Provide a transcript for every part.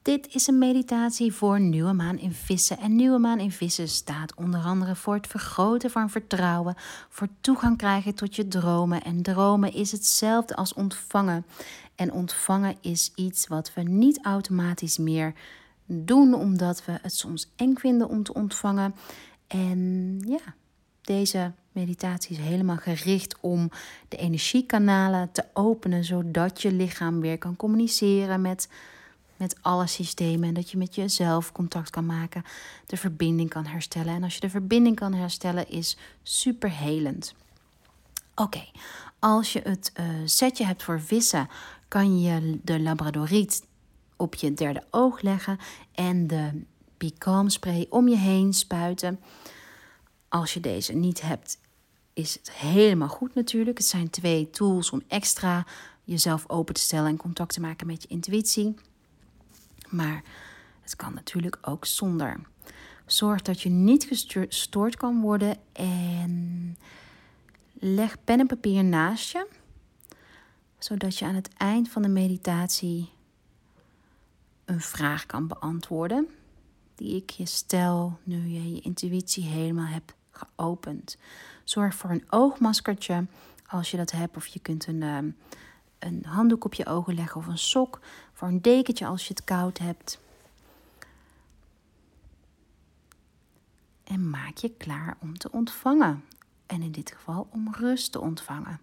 Dit is een meditatie voor nieuwe maan in Vissen. En nieuwe maan in Vissen staat onder andere voor het vergroten van vertrouwen, voor toegang krijgen tot je dromen. En dromen is hetzelfde als ontvangen. En ontvangen is iets wat we niet automatisch meer doen, omdat we het soms eng vinden om te ontvangen. En ja, deze meditatie is helemaal gericht om de energiekanalen te openen, zodat je lichaam weer kan communiceren met alle systemen. En dat je met jezelf contact kan maken, de verbinding kan herstellen. En als je de verbinding kan herstellen, is super helend. Oké, als je het setje hebt voor vissen, kan je de labradoriet op je derde oog leggen en de Be Calm spray om je heen spuiten. Als je deze niet hebt, is het helemaal goed natuurlijk. Het zijn 2 tools om extra jezelf open te stellen en contact te maken met je intuïtie. Maar het kan natuurlijk ook zonder. Zorg dat je niet gestoord kan worden en leg pen en papier naast je, zodat je aan het eind van de meditatie een vraag kan beantwoorden die ik je stel nu je je intuïtie helemaal hebt geopend. Zorg voor een oogmaskertje als je dat hebt, of je kunt een handdoek op je ogen leggen of een sok, voor een dekentje als je het koud hebt. En maak je klaar om te ontvangen. En in dit geval om rust te ontvangen.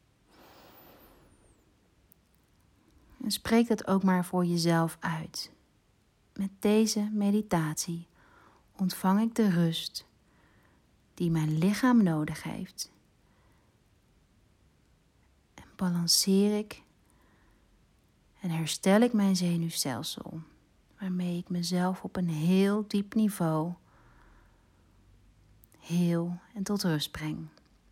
En spreek dat ook maar voor jezelf uit. Met deze meditatie ontvang ik de rust die mijn lichaam nodig heeft. En balanceer ik en herstel ik mijn zenuwstelsel, waarmee ik mezelf op een heel diep niveau heel en tot rust breng.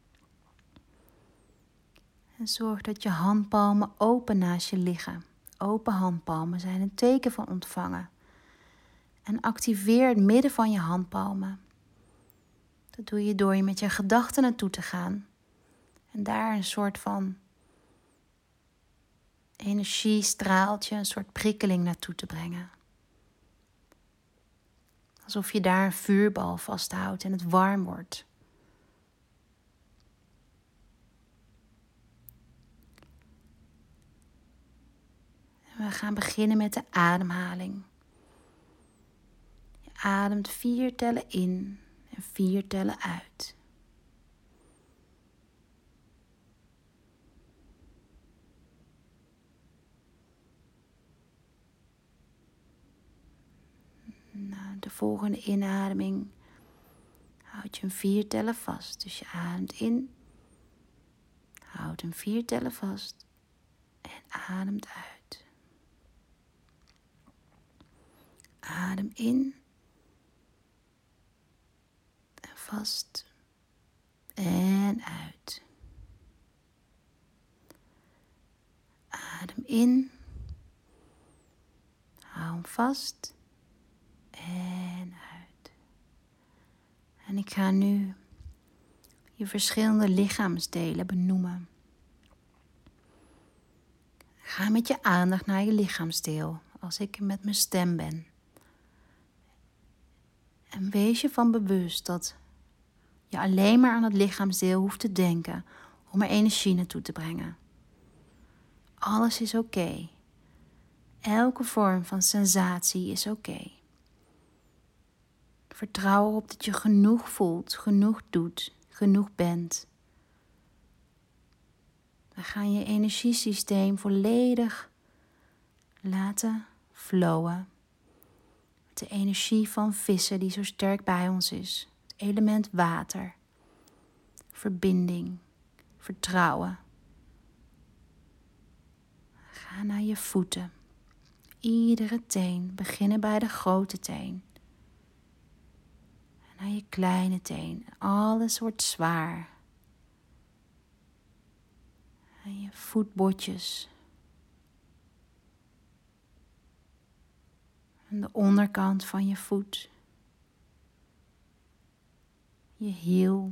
En zorg dat je handpalmen open naast je liggen. Open handpalmen zijn een teken van ontvangen. En activeer het midden van je handpalmen. Dat doe je door je met je gedachten naartoe te gaan. En daar een soort van energiestraaltje, een soort prikkeling naartoe te brengen. Alsof je daar een vuurbal vasthoudt en het warm wordt. En we gaan beginnen met de ademhaling. Je ademt 4 tellen in en 4 tellen uit. Na de volgende inademing houd je hem 4 tellen vast. Dus je ademt in, houdt hem 4 tellen vast en ademt uit. Adem in en vast en uit. Adem in, hou hem vast en uit. En ik ga nu je verschillende lichaamsdelen benoemen. Ga met je aandacht naar je lichaamsdeel als ik met mijn stem ben. En wees je van bewust dat je alleen maar aan het lichaamsdeel hoeft te denken om er energie naartoe te brengen. Alles is oké. Elke vorm van sensatie is oké. Vertrouw erop dat je genoeg voelt, genoeg doet, genoeg bent. We gaan je energiesysteem volledig laten flowen. Met de energie van vissen die zo sterk bij ons is. Het element water. Verbinding. Vertrouwen. Ga naar je voeten. Iedere teen. Beginnen bij de grote teen. En naar je kleine teen. Alles wordt zwaar. En je voetbotjes. En de onderkant van je voet. Je hiel.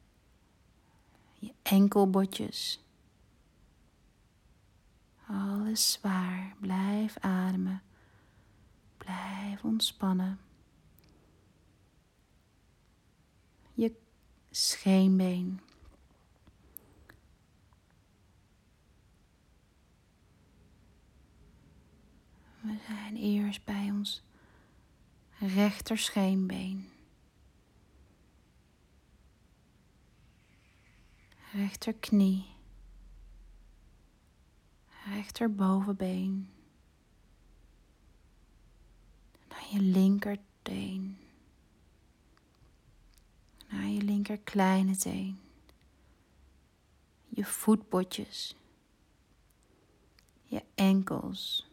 Je enkelbotjes. Alles alles zwaar. Blijf ademen. Blijf ontspannen. Je scheenbeen. We zijn eerst bij ons rechter scheenbeen. Rechterknie. Rechterbovenbeen. Naar je linkerteen. Naar je linker kleine teen. Je voetbotjes. Je enkels.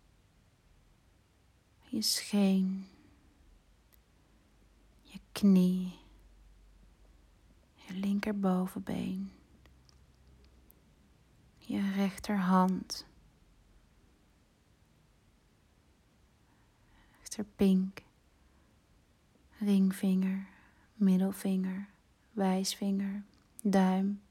Je scheen. Je knie. Je linkerbovenbeen. Je rechterhand. Rechterpink. Ringvinger. Middelvinger. Wijsvinger. Duim.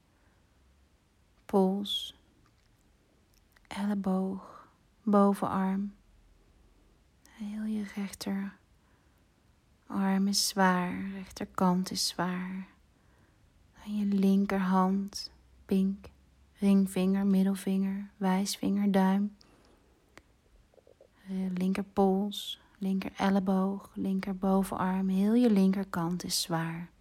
Pols. Elleboog. Bovenarm. Heel je rechterarm is zwaar. Rechterkant is zwaar. En je linkerhand. Pink. Ringvinger. Middelvinger. Wijsvinger. Duim. Linkerpols. Linker elleboog, linker bovenarm, heel je linkerkant is zwaar.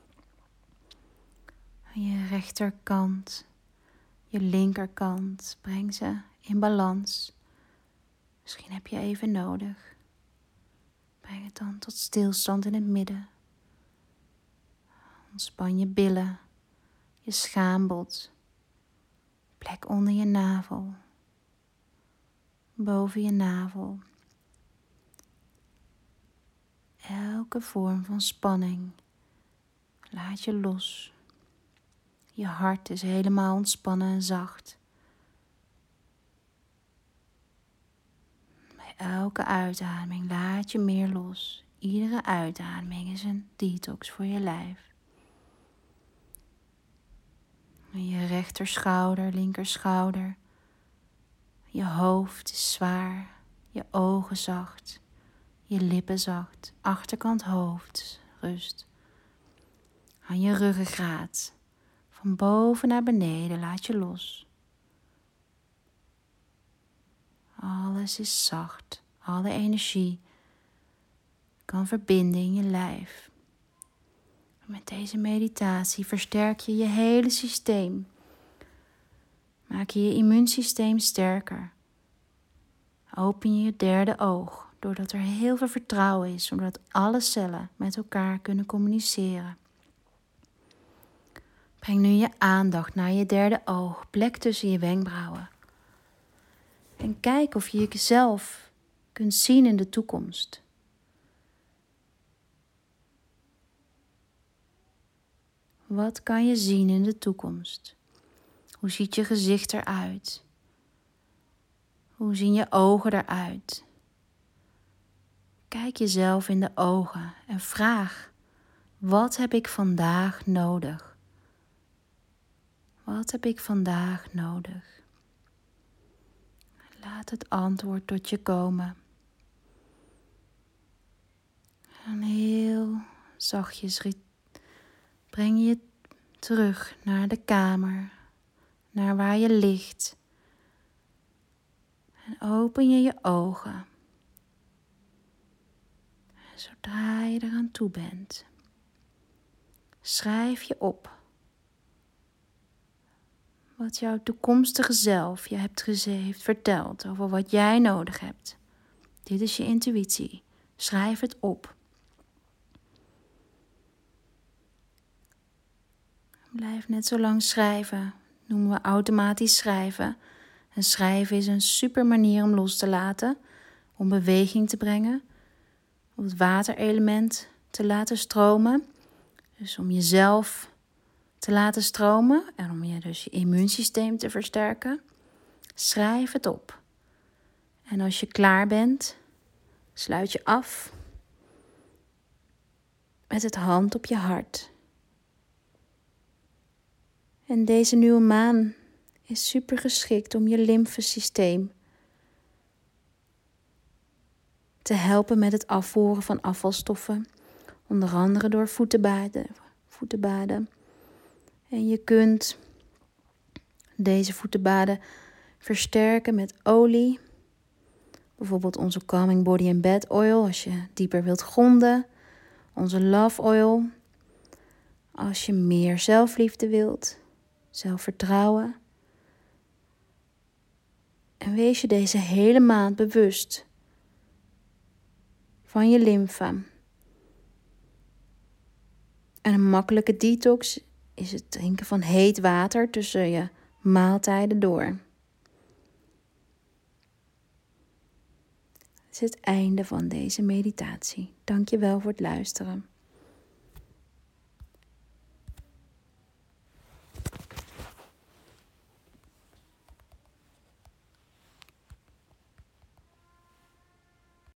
Je rechterkant, je linkerkant, breng ze in balans. Misschien heb je even nodig. Breng het dan tot stilstand in het midden. Ontspan je billen, je schaambod, plek onder je navel, boven je navel. Elke vorm van spanning laat je los. Je hart is helemaal ontspannen en zacht. Bij elke uitademing laat je meer los. Iedere uitademing is een detox voor je lijf. Je rechterschouder, linkerschouder. Je hoofd is zwaar. Je ogen zacht. Je lippen zacht. Achterkant hoofd, rust. Aan je ruggengraat. Van boven naar beneden laat je los. Alles is zacht. Alle energie kan verbinden in je lijf. Met deze meditatie versterk je je hele systeem. Maak je je immuunsysteem sterker. Open je je derde oog, doordat er heel veel vertrouwen is, zodat alle cellen met elkaar kunnen communiceren. Breng nu je aandacht naar je derde oog, plek tussen je wenkbrauwen. En kijk of je jezelf kunt zien in de toekomst. Wat kan je zien in de toekomst? Hoe ziet je gezicht eruit? Hoe zien je ogen eruit? Kijk jezelf in de ogen en vraag: wat heb ik vandaag nodig? Wat heb ik vandaag nodig? Laat het antwoord tot je komen. En heel zachtjes breng je terug naar de kamer, naar waar je ligt. En open je je ogen. En zodra je eraan toe bent, schrijf je op wat jouw toekomstige zelf je heeft verteld over wat jij nodig hebt. Dit is je intuïtie. Schrijf het op. Blijf net zo lang schrijven. Dat noemen we automatisch schrijven. En schrijven is een super manier om los te laten, om beweging te brengen, om het waterelement te laten stromen. Dus om jezelf te laten stromen en om je dus je immuunsysteem te versterken. Schrijf het op. En als je klaar bent, sluit je af met het hand op je hart. En deze nieuwe maan is super geschikt om je lymfesysteem te helpen met het afvoeren van afvalstoffen. Onder andere door voetenbaden. En je kunt deze voetenbaden versterken met olie. Bijvoorbeeld onze Calming Body and Bed Oil als je dieper wilt gronden. Onze Love Oil als je meer zelfliefde wilt, zelfvertrouwen. En wees je deze hele maand bewust van je lymfa. En een makkelijke detox is het drinken van heet water tussen je maaltijden door. Het is het einde van deze meditatie. Dank je wel voor het luisteren.